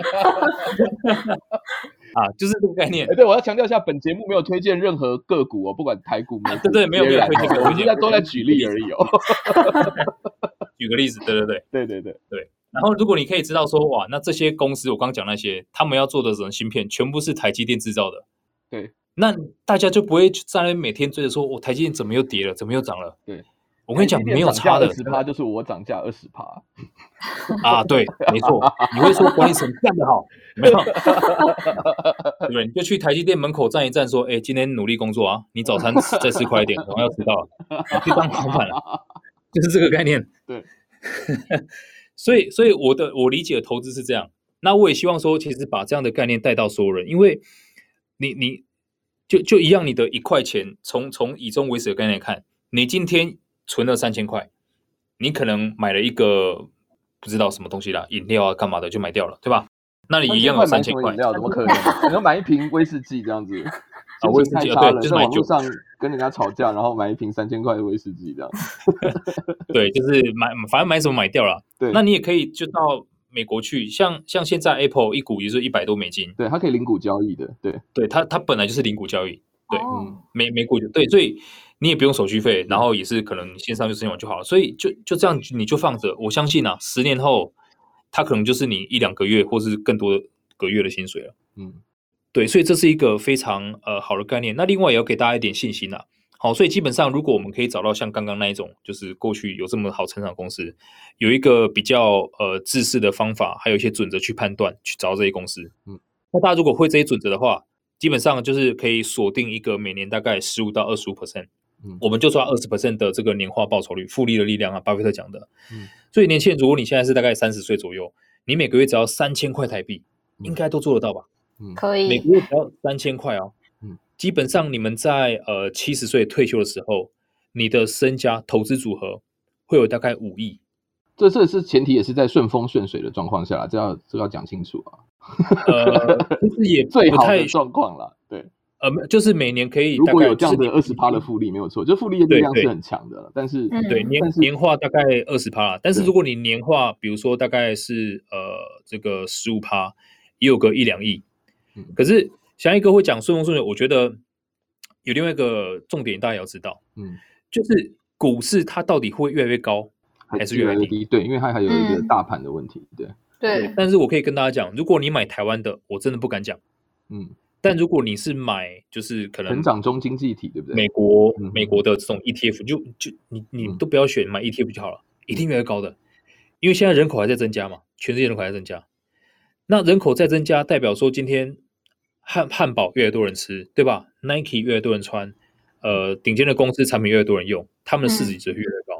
啊，就是这个概念。 哎，对，我要强调一下，本节目没有推荐任何个股哦，不管台股、美股， 对对，没有没有推荐， 我们现在都在举例而已哦。 举个例子，对对对对对对对。然后，如果你可以知道说，哇，那这些公司我刚刚讲那些，他们要做的什么芯片，全部是台积电制造的， 对， 那大家就不会在那边每天追着说，我、哦、台积电怎么又跌了，怎么又涨了？ 对。 我跟你讲，没有差的， 十趴就是我涨价二十趴啊，对，没错。你会说管理层干得好，没有？对不对？你就去台积电门口站一站，说，哎，今天努力工作啊，你早餐再吃快一点，我要迟到了，你去当老板了，就是这个概念。 对， 所以，所以我的我理解的投资是这样。那我也希望说，其实把这样的概念带到所有人，因为你你就就一样，你的一块钱，从从以终为始的概念看，你今天存了三千块，你可能买了一个不知道什么东西啦，饮料啊干嘛的就买掉了，对吧？那你一样有三千块， 饮料怎么可能？你要买一瓶威士忌这样子啊？威士忌对，就是买酒， 在网络上跟人家吵架，然后买一瓶三千块的威士忌这样。 对，就是买，反正买什么买掉了。 对， 那你也可以就到美国去，像像现在 Apple 一股也是一百多美金， 对，它可以零股交易的，对， 对，它它本来就是零股交易，对， 哦、 美美股对，所以你也不用手续费，然后也是可能线上就申请完就好了，所以就就这样你就放着，我相信啊，十年后它可能就是你一两个月或是更多个月的薪水了， 嗯， 对，所以这是一个非常呃好的概念。那另外也要给大家一点信心啊。好，所以基本上如果我们可以找到像刚刚那一种，就是过去有这么好成长的公司，有一个比较呃制式的方法，还有一些准则去判断，去找到这些公司，嗯，那大家如果会这些准则的话，基本上就是可以锁定一个每年大概十五到二十五 percent， 嗯，我们就抓二十 percent 的这个年化报酬率，复利的力量啊，巴菲特讲的，嗯，所以年轻人，如果你现在是大概三十岁左右，你每个月只要三千块台币，应该都做得到吧？ 嗯，可以， 每个月只要三千块哦。基本上你们在呃七十岁退休的时候，你的身家投资组合会有大概五亿。 这这是前提，也是在顺风顺水的状况下，这要这要讲清楚啊。 呃，其实也最好的状况啦，对。 呃，就是每年可以如果有这样的二十趴的复利，没有错，就复利的力量是很强的。但是对年年化大概二十趴啦，但是如果你年化，比如说大概是呃这个十五趴，也有个一两亿。嗯，可是。翔一哥会讲顺风顺水，我觉得有另外一个重点，大家也要知道，嗯，就是股市它到底会越来越高还是越来越低？ 对，因为它还有一个大盘的问题，对对。 但是我可以跟大家讲，如果你买台湾的，我真的不敢讲，嗯，但如果你是买就是可能成长中经济体，对不对？ 美国、嗯、美国的这种 E T F， 就就你你都不要选买 E T F 就好了，一定越来越高的，因为现在人口还在增加嘛，全世界人口还在增加，那人口在增加，代表说今天。汉汉堡越来越多人吃，对吧 ？Nike 越来越多人穿，呃，顶尖的公司产品越来越多人用，他们的市值就越来越高。嗯、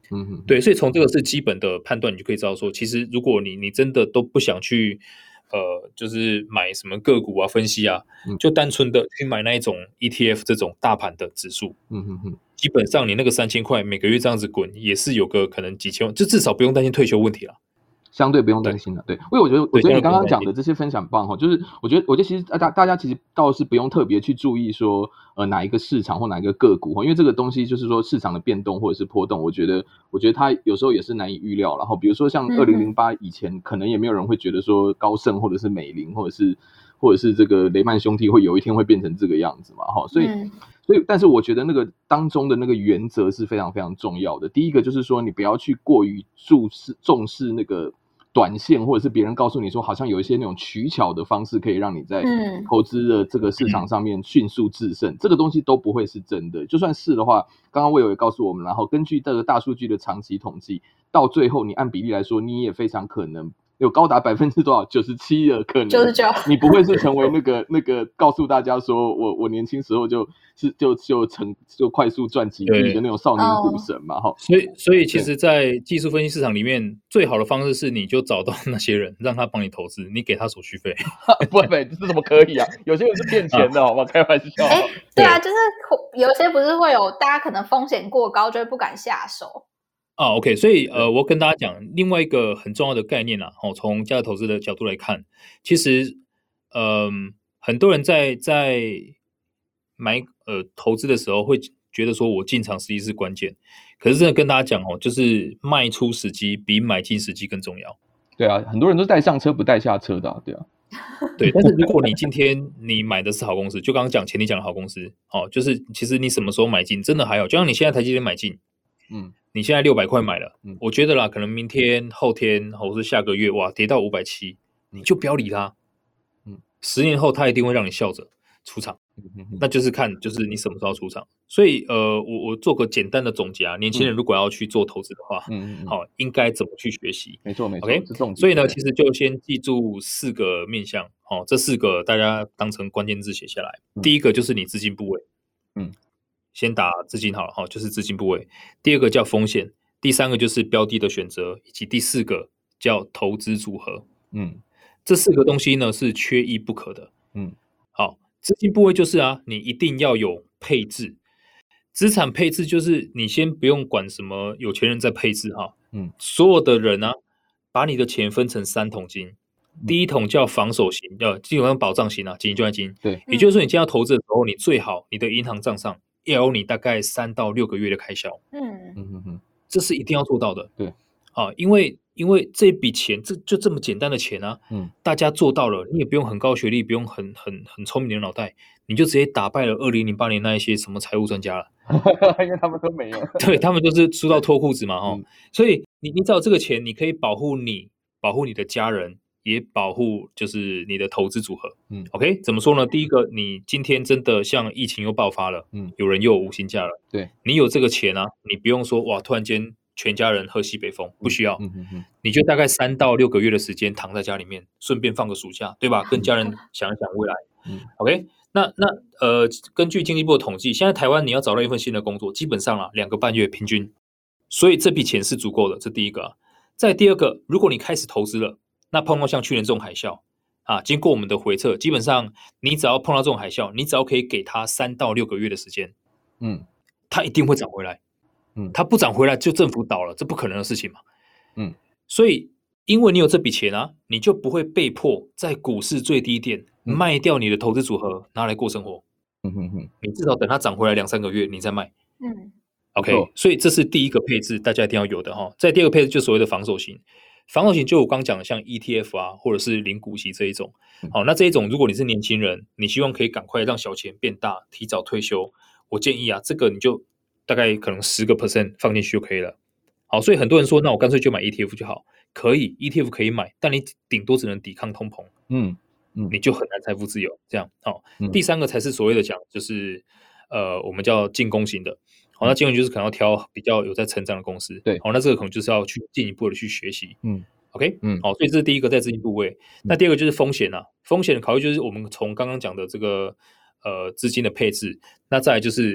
嗯哼， 对，所以从这个是基本的判断，你就可以知道说，其实如果你你真的都不想去，呃，就是买什么个股啊、分析啊， 嗯就单纯的去买那一种 E T F 这种大盘的指数， 嗯哼哼， 基本上你那个三千块每个月这样子滚，也是有个可能几千万，就至少不用担心退休问题了。 相对不用担心了，对，因为我觉得，我觉得你刚刚讲的这些分享棒哈，就是我觉得，我觉得其实大大家其实倒是不用特别去注意说，呃，哪一个市场或哪一个个股哈，因为这个东西就是说市场的变动或者是波动，我觉得，我觉得它有时候也是难以预料。然后比如说像二零零八以前，可能也没有人会觉得说高盛或者是美林或者是或者是这个雷曼兄弟会有一天会变成这个样子嘛，哈，所以。嗯所以，但是我觉得那个当中的那个原则是非常非常重要的。第一个就是说，你不要去过于注视重视那个短线，或者是别人告诉你说，好像有一些那种取巧的方式可以让你在投资的这个市场上面迅速制胜，嗯、这个东西都不会是真的。就算是的话，刚刚魏友也告诉我们，然后根据这个大数据的长期统计，到最后你按比例来说，你也非常可能。有高达百分之多少？九十七的可能， 九十九， 你不会是成为那个那个告诉大家说我我年轻时候就是就就成就快速赚几亿的那种少年股神嘛哈。 所以所以其实，在技术分析市场里面，最好的方式是你就找到那些人，让他帮你投资，你给他手续费。 不不，这怎么可以啊？有些人是骗钱的，好吧？开玩笑。 哎，对啊，就是有些不是会有大家可能风险过高，就会不敢下手。 啊 ，OK， 所以呃，我跟大家讲另外一个很重要的概念啊，哦，从价值投资的角度来看，其实，嗯、呃，很多人在在买呃投资的时候会觉得说我进场时机是关键，可是真的跟大家讲哦，就是卖出时机比买进时机更重要。 对啊，很多人都带上车不带下车的、啊，对啊。 对，但是如果你今天你买的是好公司，就刚刚讲前提讲的好公司，哦，就是其实你什么时候买进，真的还好，就像你现在台积电买进，嗯。你现在六百块买了，嗯，我觉得啦，可能明天、后天或是下个月，哇，跌到五百七，你就不要理它，嗯，十年后它一定会让你笑着出场，嗯、那就是看就是你什么时候出场。所以呃，我我做个简单的总结啊，年轻人如果要去做投资的话，嗯嗯，好、哦，应该怎么去学习？ 没错没错 ，OK， 所以呢，其实就先记住四个面向，哦，这四个大家当成关键字写下来。嗯、第一个就是你资金部位，嗯。先打资金好了哈，就是资金部位。第二个叫风险，第三个就是标的的选择，以及第四个叫投资组合。嗯，这四个东西呢是缺一不可的。嗯，好，资金部位就是啊，你一定要有配置，资产配置就是你先不用管什么有钱人在配置哈。嗯，所有的人啊，把你的钱分成三桶金。第一桶叫防守型，呃，基本上保障型啊，紧急救灾金。对，也就是说，你今天要投资的时候，你最好你的银行账上要有你大概三到六个月的开销，嗯嗯嗯，这是一定要做到的。对，啊，因为因为这笔钱，这就这么简单的钱啊，嗯，大家做到了，你也不用很高学历，不用很很很聪明的脑袋，你就直接打败了二零零八年那一些什么财务专家了， 因为他们都没有， 对他们就是输到脱裤子嘛，哈、嗯，所以你你只要这个钱，你可以保护你，保护你的家人。也保护就是你的投资组合，嗯 ，OK， 怎么说呢？第一个，你今天真的像疫情又爆发了，嗯，有人又有无薪假了，对，你有这个钱啊，你不用说哇，突然间全家人喝西北风，不需要，嗯嗯嗯，你就大概三到六个月的时间躺在家里面，顺便放个暑假，对吧？跟家人想一想未来，嗯 ，OK， 那那呃，根据经济部的统计，现在台湾你要找到一份新的工作，基本上啊两个半月平均，所以这笔钱是足够的，这第一个、啊。再第二个，如果你开始投资了。那碰到像去年这种海啸啊，经过我们的回测，基本上你只要碰到这种海啸，你只要可以给它三到六个月的时间，嗯，它一定会涨回来，嗯，它不涨回来就政府倒了，这不可能的事情嘛，嗯，所以因为你有这笔钱啊，你就不会被迫在股市最低点、嗯、卖掉你的投资组合拿来过生活，嗯哼哼，你至少等它涨回来两三个月你再卖，嗯 ，OK， 所以这是第一个配置，大家一定要有的哈。再第二个配置就所谓的防守型。防守型就我刚讲的像 E T F 啊，或者是零股息这一种，好，那这一种如果你是年轻人，你希望可以赶快让小钱变大，提早退休，我建议啊，这个你就大概可能十个 percent 放进去就可以了。好，所以很多人说，那我干脆就买 E T F 就好，可以 ，E T F 可以买，但你顶多只能抵抗通膨，嗯嗯，你就很难财富自由。这样，好，嗯、第三个才是所谓的讲，就是呃，我们叫进攻型的。好，那进攻就是可能要挑比较有在成长的公司，对，好，那这个可能就是要去进一步的去学习，嗯 ，OK， 嗯，好，所以这是第一个在资金部位。那第二个就是风险啊，风险的考虑就是我们从刚刚讲的这个呃资金的配置，那再来就是大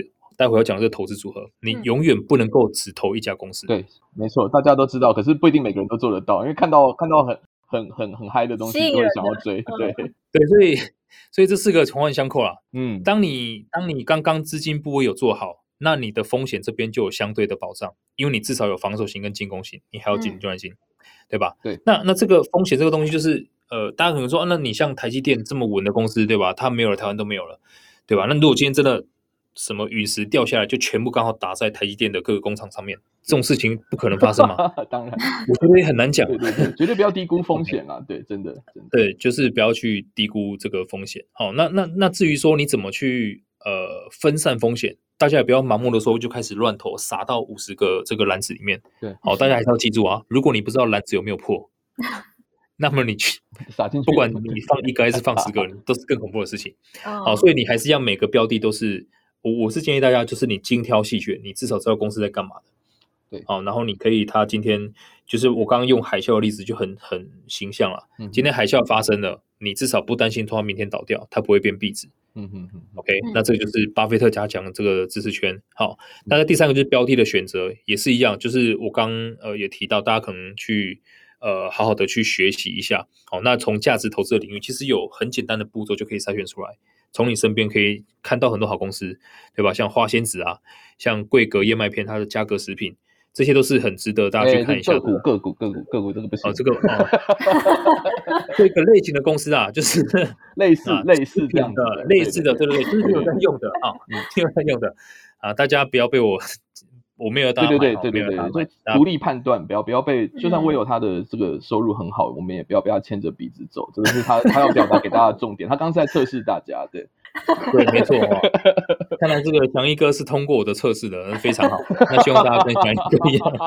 待会要讲的这个投资组合，你永远不能够只投一家公司。 对，没错，大家都知道，可是不一定每个人都做得到，因为看到看到很很很很嗨的东西，就会想要追。对对，所以所以这四个环环相扣啦。 嗯， 当你当你刚刚资金部位有做好，那你的风险这边就有相对的保障，因为你至少有防守型跟进攻型，你还有紧专型，对吧？ 对， 那那这个风险这个东西就是。呃，大家可能说、啊，那你像台积电这么稳的公司，对吧？它没有了，台湾都没有了，对吧？那如果今天真的什么陨石掉下来，就全部刚好打在台积电的各个工厂上面，这种事情不可能发生嘛？ 当然， 我觉得也很难讲。 对对对，绝对不要低估风险啊！对，真的，真的， 对，就是不要去低估这个风险。好，那那那至于说你怎么去呃分散风险，大家也不要盲目的说就开始乱投，撒到五十个这个篮子里面。 对， 好，大家还是要记住啊，如果你不知道篮子有没有破。那么你去撒进去， 不管你放一个还是放十个，都是更恐怖的事情。 哦、 好，所以你还是要每个标的都是，我我是建议大家，就是你精挑细选，你至少知道公司在干嘛的。 对， 好，然后你可以，他今天就是我刚刚用海啸的例子就很很形象了。嗯、今天海啸发生了，你至少不担心它明天倒掉，它不会变壁纸。 嗯嗯嗯 ，OK， 那这个就是巴菲特家讲的这个知识圈。好，那第三个就是标的的选择，也是一样，就是我刚呃也提到，大家可能去。呃，好好的去学习一下，好，那从价值投资的领域，其实有很简单的步骤就可以筛选出来。从你身边可以看到很多好公司，对吧？像花仙子啊，像贵格燕麦片，它的嘉格食品，这些都是很值得大家去看一下的。 个股个股个股个股这个不行。 哦，这个哦，这个类型的公司啊，就是类似、啊、类似这样的，类似的，对对对，就是有在用的啊，有在用的啊，大家不要被我。我没有大家买， 对对对对对对，就独立判断，不要不要被，就算我有他的这个收入很好，我们也不要被他牵着鼻子走，这个是他他要表达给大家的重点。他刚刚是在测试大家，对对，没错哦。看来这个翔一哥是通过我的测试的，非常好。那希望大家跟翔一哥一样。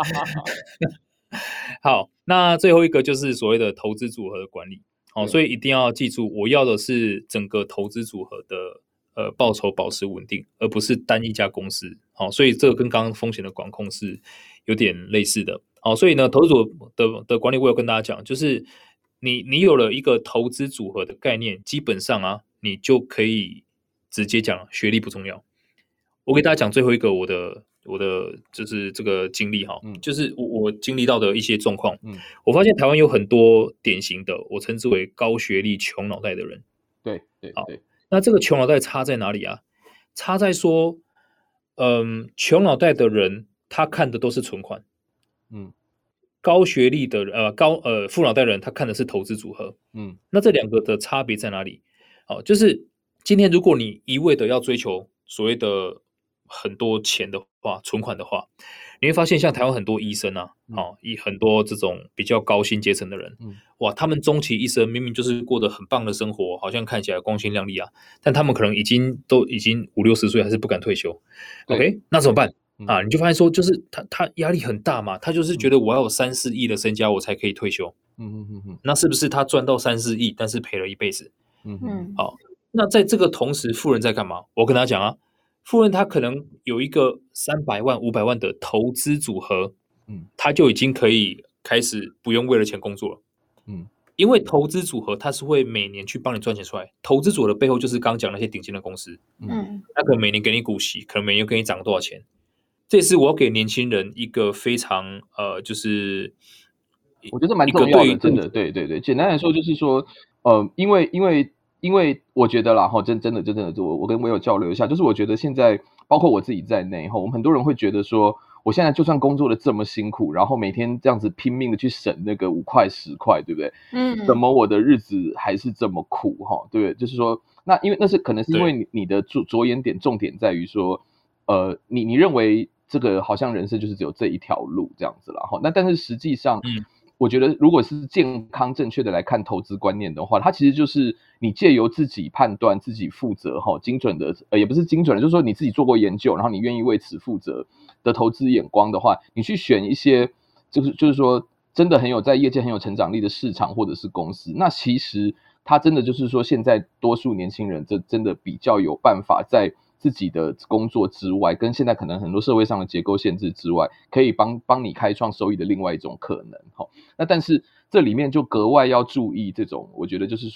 好，那最后一个就是所谓的投资组合的管理。好，所以一定要记住，我要的是整个投资组合的。呃，报酬保持稳定，而不是单一家公司。好，所以这个跟刚刚风险的管控是有点类似的。好，所以呢，投资组合的的管理，我有跟大家讲，就是你你有了一个投资组合的概念，基本上啊，你就可以直接讲学历不重要。我给大家讲最后一个我的我的就是这个经历哈，嗯、就是我我经历到的一些状况。嗯，我发现台湾有很多典型的，我称之为高学历穷脑袋的人。 对对对。 那这个穷脑袋差在哪里啊？差在说，嗯，穷脑袋的人他看的都是存款，嗯，高学历的呃高呃富脑袋的人他看的是投资组合，嗯，那这两个的差别在哪里？好，就是今天如果你一味的要追求所谓的很多钱的话，存款的话，你会发现像台湾很多医生啊，好、嗯，很多这种比较高薪阶层的人，嗯，哇，他们终其一生明明就是过得很棒的生活，好像看起来光鲜亮丽啊，但他们可能已经都已经五六十岁，还是不敢退休。OK， 那怎么办？嗯、啊，你就发现说，就是他他压力很大嘛，他就是觉得我要有三四亿的身家，我才可以退休。嗯嗯嗯嗯，那是不是他赚到三四亿，但是赔了一辈子？嗯嗯，好，那在这个同时，富人在干嘛？我跟他讲啊。富人他可能有一个三百万、五百万的投资组合，嗯，他就已经可以开始不用为了钱工作了，嗯，因为投资组合它是会每年去帮你赚钱出来，投资组合的背后就是刚讲那些顶尖的公司，嗯，那可能每年给你股息，可能每年给你涨多少钱，这也是我要给年轻人一个非常呃，就是我觉得蛮重要的，真的，对对对，简单来说就是说，呃，因为因为。因为我觉得啦，哈，真真的真的，我我跟我有交流一下，就是我觉得现在包括我自己在内，哈，我们很多人会觉得说，我现在就算工作的这么辛苦，然后每天这样子拼命的去省那个五块十块，对不对？嗯，怎么我的日子还是这么苦，哈，对不对？就是说，那因为那是可能是因为你你的着着眼点重点在于说，呃，你你认为这个好像人生就是只有这一条路这样子啦，哈，那但是实际上，嗯。我觉得如果是健康正确的来看投资观念的话，它其实就是你借由自己判断、自己负责哈，精准的呃也不是精准的，就是说你自己做过研究，然后你愿意为此负责的投资眼光的话，你去选一些就是就是说真的很有在业界很有成长力的市场或者是公司，那其实它真的就是说现在多数年轻人这真的比较有办法在自己的工作之外，跟现在可能很多社会上的结构限制之外，可以帮帮你开创收益的另外一种可能。那但是这里面就格外要注意这种，我觉得就是说，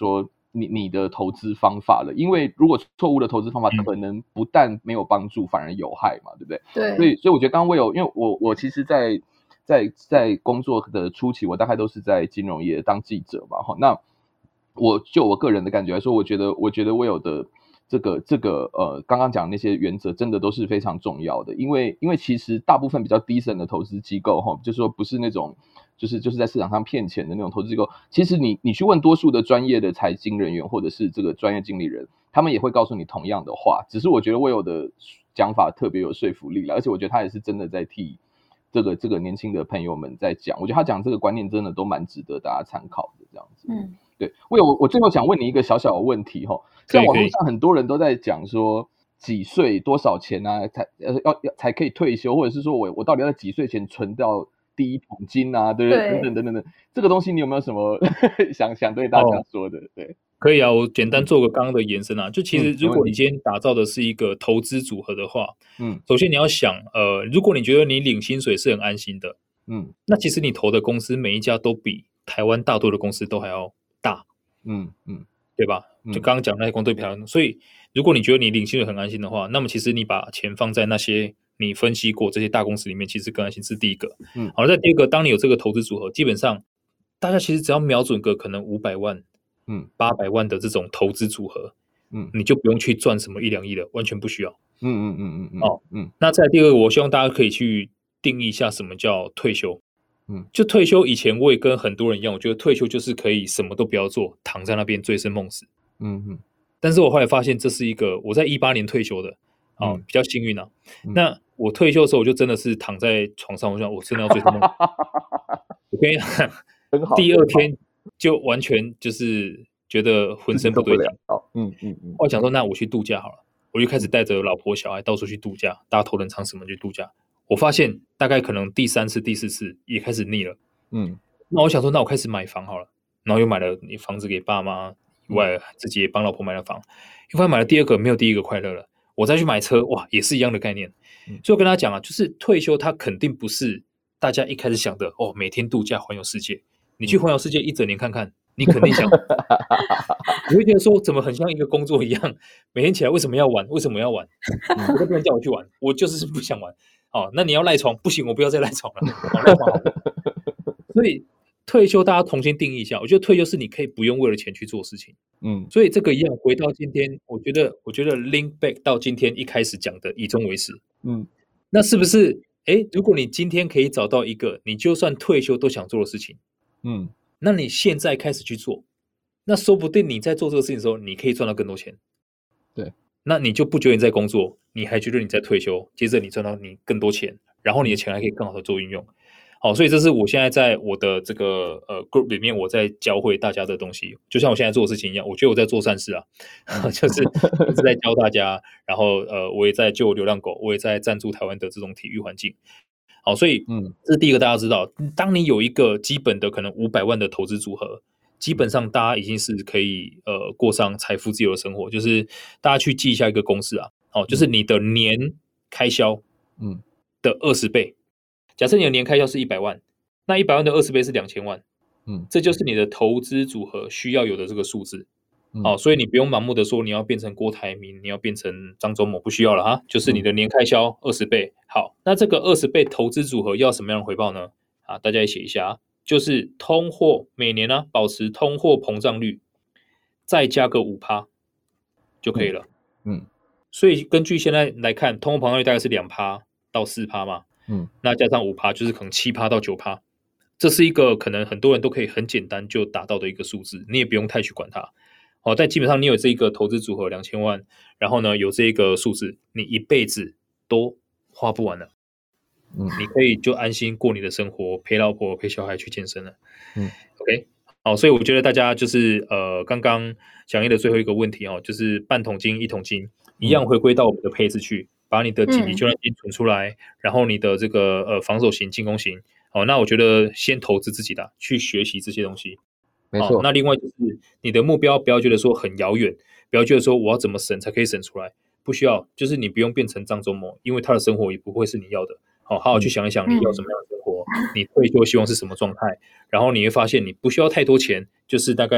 你你的投资方法了，因为如果错误的投资方法可能不但没有帮助，反而有害嘛，对不对？ 对， 所以所以我觉得刚刚我有，因为我我其实在在在工作的初期，我大概都是在金融业当记者嘛，哈，那我就我个人的感觉来说，我觉得我觉得我有的这个这个呃，刚刚讲那些原则，真的都是非常重要的，因为因为其实大部分比较低层的投资机构，哈，就是说不是那种。就是就是在市场上骗钱的那种投资机构，其实你你去问多数的专业的财经人员或者是这个专业经理人，他们也会告诉你同样的话，只是我觉得我有的讲法特别有说服力了，而且我觉得他也是真的在替这个这个年轻的朋友们在讲，我觉得他讲这个观念真的都蛮值得大家参考的，这样子。嗯，对，我有我最后想问你一个小小的问题哈，像网络上很多人都在讲说几岁多少钱啊才呃要要才可以退休，或者是说我我到底要在几岁前存到第一桶金啊，对不对？等等等等等，这个东西你有没有什么想想对大家说的？哦、对， 可以啊，我简单做个刚刚的延伸啊，就其实如果你今天打造的是一个投资组合的话，嗯，首先你要想，呃，如果你觉得你领薪水是很安心的，嗯，那其实你投的公司每一家都比台湾大多的公司都还要大，嗯嗯，对吧？就刚刚讲那些公司都比台湾，所以如果你觉得你领薪水很安心的话，那么其实你把钱放在那些。你分析过这些大公司里面，其实更安心是第一个。嗯，好，在第二个，当你有这个投资组合，基本上大家其实只要瞄准个可能五百万、嗯八百万的这种投资组合，嗯，你就不用去赚什么一两亿了，完全不需要。嗯嗯嗯嗯嗯。哦，嗯。那再第二个，我希望大家可以去定义一下什么叫退休。嗯，就退休以前，我也跟很多人一样，我觉得退休就是可以什么都不要做，躺在那边醉生梦死。嗯嗯。但是我后来发现，这是一个我在一八年退休的。哦，比较幸运啊。嗯、那我退休的时候，我就真的是躺在床上，我想我真的要醉生梦死。我跟你讲，第二天就完全就是觉得浑身不对劲。嗯嗯嗯。我想说，那我去度假好了，我就开始带着老婆小孩到处去度假，搭头等舱什么去度假。我发现大概可能第三次、第四次也开始腻了。嗯。那我想说，那我开始买房好了，然后又买了房子给爸妈，以外自己也帮老婆买了房。又发现买了第二个，没有第一个快乐了。我再去买车，哇，也是一样的概念。所以我跟他讲啊，就是退休，它肯定不是大家一开始想的哦，每天度假环游世界。你去环游世界一整年看看，你肯定想，你会觉得说怎么很像一个工作一样，每天起来为什么要玩？为什么要玩？我都不能叫我去玩，我就是不想玩。哦，那你要赖床，不行，我不要再赖床了，我赖床好了。所以退休大家重新定义一下，我觉得退休是你可以不用为了钱去做事情。嗯，所以这个一样，回到今天，我觉得，我觉得 link back 到今天一开始讲的以终为始。嗯，那是不是？哎，如果你今天可以找到一个你就算退休都想做的事情，嗯，那你现在开始去做，那说不定你在做这个事情的时候，你可以赚到更多钱。 对， 那你就不觉得你在工作，你还觉得你在退休，接着你赚到你更多钱，然后你的钱还可以更好的做运用。好，所以这是我现在在我的这个呃 group 里面，我在教会大家的东西，就像我现在做的事情一样，我觉得我在做善事啊，就是一直在教大家，然后呃，我也在救流浪狗，我也在赞助台湾的这种体育环境。好，所以嗯，这是第一个大家知道，当你有一个基本的可能五百万的投资组合，基本上大家已经是可以呃过上财富自由的生活，就是大家去记一下一个公式啊，好，就是你的年开销嗯的二十倍。假设你的年开销是一百万，那一百万的二十倍是两千万，嗯，这就是你的投资组合需要有的这个数字。嗯、好，所以你不用盲目的说你要变成郭台铭，你要变成张忠谋，不需要了哈，就是你的年开销二十倍。好，那这个二十倍投资组合要什么样的回报呢？啊，大家也写一下，就是通货每年呢、啊、保持通货膨胀率，再加个 百分之五 就可以了。嗯，所以根据现在来看，通货膨胀率大概是 百分之二 到 百分之四 嘛。嗯，那加上 百分之五 就是可能 百分之七 到 百分之九， 这是一个可能很多人都可以很简单就达到的一个数字，你也不用太去管它。哦，但基本上你有这个投资组合两千万，然后呢有这个数字，你一辈子都花不完了。嗯，你可以就安心过你的生活，陪老婆陪小孩去健身了。嗯 ，OK， 好，所以我觉得大家就是呃刚刚讲义的最后一个问题哦，就是半桶金一桶金一样回归到我们的配置去。把你的几笔救援金存出来，嗯、然后你的这个呃防守型、进攻型，好，那我觉得先投资自己的，去学习这些东西。 没错。 那另外就是你的目标不要觉得说很遥远，不要觉得说我要怎么省才可以省出来，不需要，就是你不用变成张忠谋，因为他的生活也不会是你要的。好，好好去想一想你要什么样的生活，嗯、你退休希望是什么状态，然后你会发现你不需要太多钱，就是大概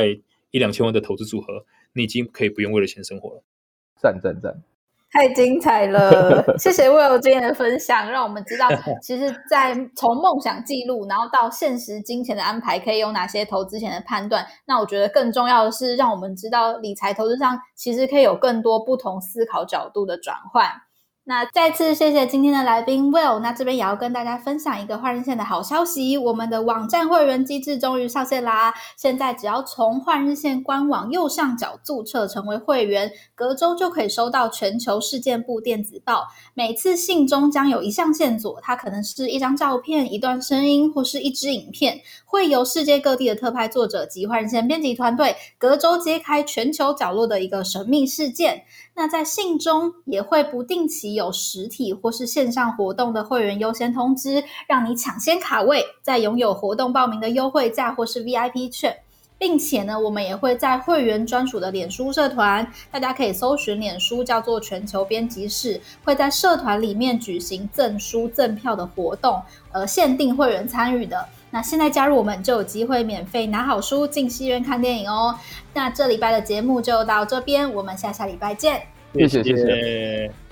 一两千万的投资组合，你已经可以不用为了钱生活了。 赞赞赞！ 太精彩了，谢谢 Will 今天的分享，让我们知道其实在从梦想记录然后到现实金钱的安排可以有哪些投资前的判断。那我觉得更重要的是让我们知道理财投资上其实可以有更多不同思考角度的转换。那再次谢谢今天的来宾 Will， 那这边也要跟大家分享一个换日线的好消息，我们的网站会员机制终于上线啦！现在只要从换日线官网右上角注册成为会员，隔周就可以收到全球事件部电子报，每次信中将有一项线索，它可能是一张照片、一段声音或是一支影片，会由世界各地的特派作者及换日线编辑团队隔周揭开全球角落的一个神秘事件。那在信中也会不定期有实体或是线上活动的会员优先通知，让你抢先卡位，再拥有活动报名的优惠价或是 V I P 券。并且呢，我们也会在会员专属的脸书社团，大家可以搜寻脸书叫做全球编辑室，会在社团里面举行赠书赠票的活动，呃，限定会员参与的。那现在加入我们就有机会免费拿好书进戏院看电影哦。那这礼拜的节目就到这边，我们下下礼拜见。 谢谢谢谢。 谢谢。